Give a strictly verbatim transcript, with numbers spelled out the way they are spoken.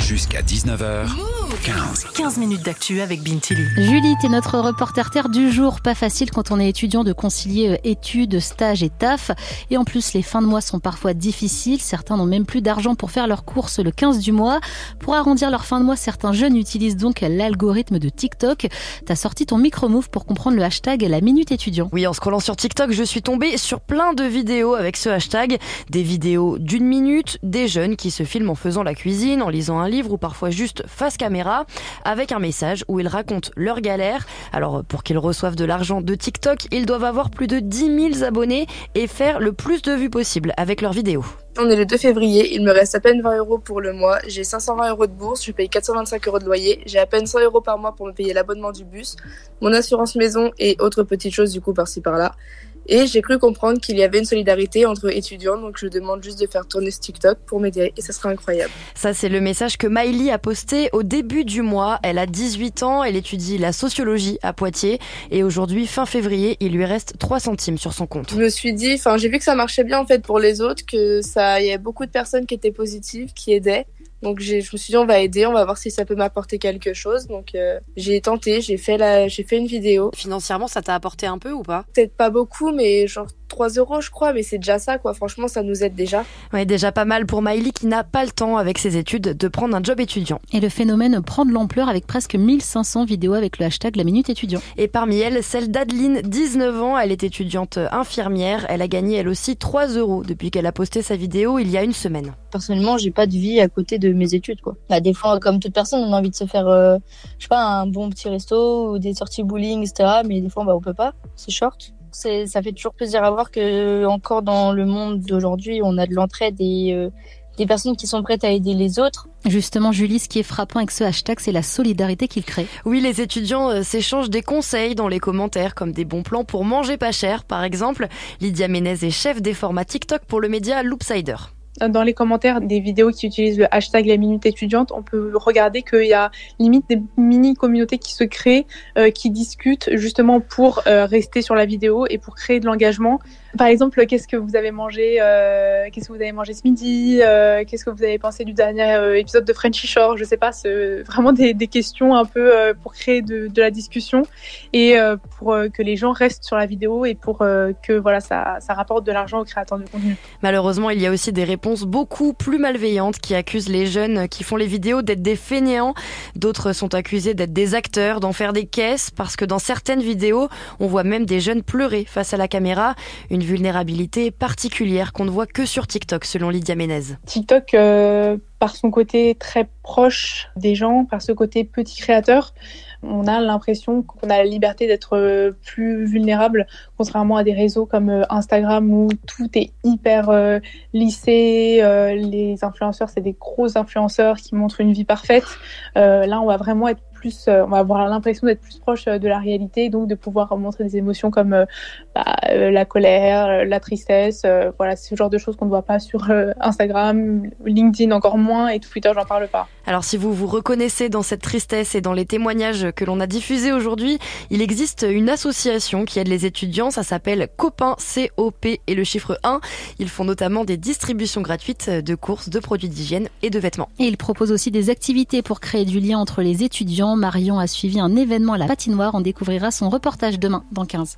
Jusqu'à dix-neuf heures quinze. quinze minutes d'actu avec Bintili. Julie, t'es notre reporter terre du jour. Pas facile quand on est étudiant de concilier études, stages et taf. Et en plus, les fins de mois sont parfois difficiles. Certains n'ont même plus d'argent pour faire leurs courses le quinze du mois. Pour arrondir leur fin de mois, certains jeunes utilisent donc l'algorithme de TikTok. T'as sorti ton micro-move pour comprendre le hashtag La Minute Étudiant. Oui, en scrollant sur TikTok, je suis tombée sur plein de vidéos avec ce hashtag. Des vidéos d'une minute, des jeunes qui se filment en faisant la cuisine, en lisant un livre ou parfois juste face caméra, avec un message où ils racontent leur galère. Alors, pour qu'ils reçoivent de l'argent de TikTok, ils doivent avoir plus de dix mille abonnés et faire le plus de vues possible avec leurs vidéos. On est le deux février, il me reste à peine vingt euros pour le mois, j'ai cinq cent vingt euros de bourse, je paye quatre cent vingt-cinq euros de loyer, j'ai à peine cent euros par mois pour me payer l'abonnement du bus, mon assurance maison et autres petites choses du coup par-ci par-là. Et j'ai cru comprendre qu'il y avait une solidarité entre étudiants, donc je demande juste de faire tourner ce TikTok pour m'aider et ça sera incroyable. Ça, c'est le message que Maëlie a posté au début du mois. Elle a dix-huit ans, elle étudie la sociologie à Poitiers et aujourd'hui, fin février, il lui reste trois centimes sur son compte. Je me suis dit, enfin j'ai vu que ça marchait bien en fait pour les autres, que ça, il y avait beaucoup de personnes qui étaient positives, qui aidaient. Donc j'ai, je me suis dit on va aider, on va voir si ça peut m'apporter quelque chose. Donc euh, j'ai tenté, j'ai fait la, j'ai fait une vidéo. Financièrement, ça t'a apporté un peu ou pas ? Peut-être pas beaucoup, mais genre trois euros je crois, mais c'est déjà ça quoi. Franchement, ça nous aide déjà. Ouais, déjà pas mal pour Maëlie qui n'a pas le temps avec ses études de prendre un job étudiant. Et le phénomène prend de l'ampleur avec presque mille cinq cents vidéos avec le hashtag La Minute Étudiant. Et parmi elles, celle d'Adeline, dix-neuf ans, elle est étudiante infirmière. Elle a gagné elle aussi trois euros depuis qu'elle a posté sa vidéo il y a une semaine. Personnellement, j'ai pas de vie à côté de mes études, quoi. Bah, des fois, comme toute personne, on a envie de se faire, euh, je sais pas, un bon petit resto ou des sorties bowling, et cetera. Mais des fois, bah, on peut pas. C'est short. C'est, ça fait toujours plaisir à voir que, encore dans le monde d'aujourd'hui, on a de l'entraide et euh, des personnes qui sont prêtes à aider les autres. Justement, Julie, ce qui est frappant avec ce hashtag, c'est la solidarité qu'il crée. Oui, les étudiants euh, s'échangent des conseils dans les commentaires, comme des bons plans pour manger pas cher, par exemple. Lydia Ménez est chef des formats TikTok pour le média Loopsider. Dans les commentaires des vidéos qui utilisent le hashtag La Minute Étudiante, on peut regarder qu'il y a limite des mini-communautés qui se créent, euh, qui discutent justement pour euh, rester sur la vidéo et pour créer de l'engagement. Par exemple, qu'est-ce que vous avez mangé euh, Qu'est-ce que vous avez mangé ce midi euh, Qu'est-ce que vous avez pensé du dernier euh, épisode de Frenchy Shore? Je sais pas, c'est vraiment des, des questions un peu euh, pour créer de, de la discussion et euh, pour euh, que les gens restent sur la vidéo et pour euh, que voilà, ça, ça rapporte de l'argent aux créateurs de contenu. Malheureusement, il y a aussi des réponses beaucoup plus malveillantes qui accusent les jeunes qui font les vidéos d'être des fainéants. D'autres sont accusés d'être des acteurs, d'en faire des caisses, parce que dans certaines vidéos, on voit même des jeunes pleurer face à la caméra. Une vulnérabilité particulière qu'on ne voit que sur TikTok, selon Lydia Ménez. TikTok, euh, par son côté très proche des gens, par ce côté petit créateur, on a l'impression qu'on a la liberté d'être plus vulnérable, contrairement à des réseaux comme Instagram où tout est hyper euh, lissé. Euh, les influenceurs, c'est des gros influenceurs qui montrent une vie parfaite. Euh, là, on va vraiment être plus, euh, on va avoir l'impression d'être plus proche de la réalité, donc de pouvoir montrer des émotions comme euh, bah, euh, la colère, la tristesse. Euh, voilà, c'est ce genre de choses qu'on ne voit pas sur euh, Instagram, LinkedIn encore moins, et Twitter, j'en parle pas. Alors, si vous vous reconnaissez dans cette tristesse et dans les témoignages que l'on a diffusés aujourd'hui, il existe une association qui aide les étudiants. Ça s'appelle Copain, C O P et le chiffre un. Ils font notamment des distributions gratuites de courses, de produits d'hygiène et de vêtements. Et ils proposent aussi des activités pour créer du lien entre les étudiants. Marion a suivi un événement à la patinoire. On découvrira son reportage demain dans quinze.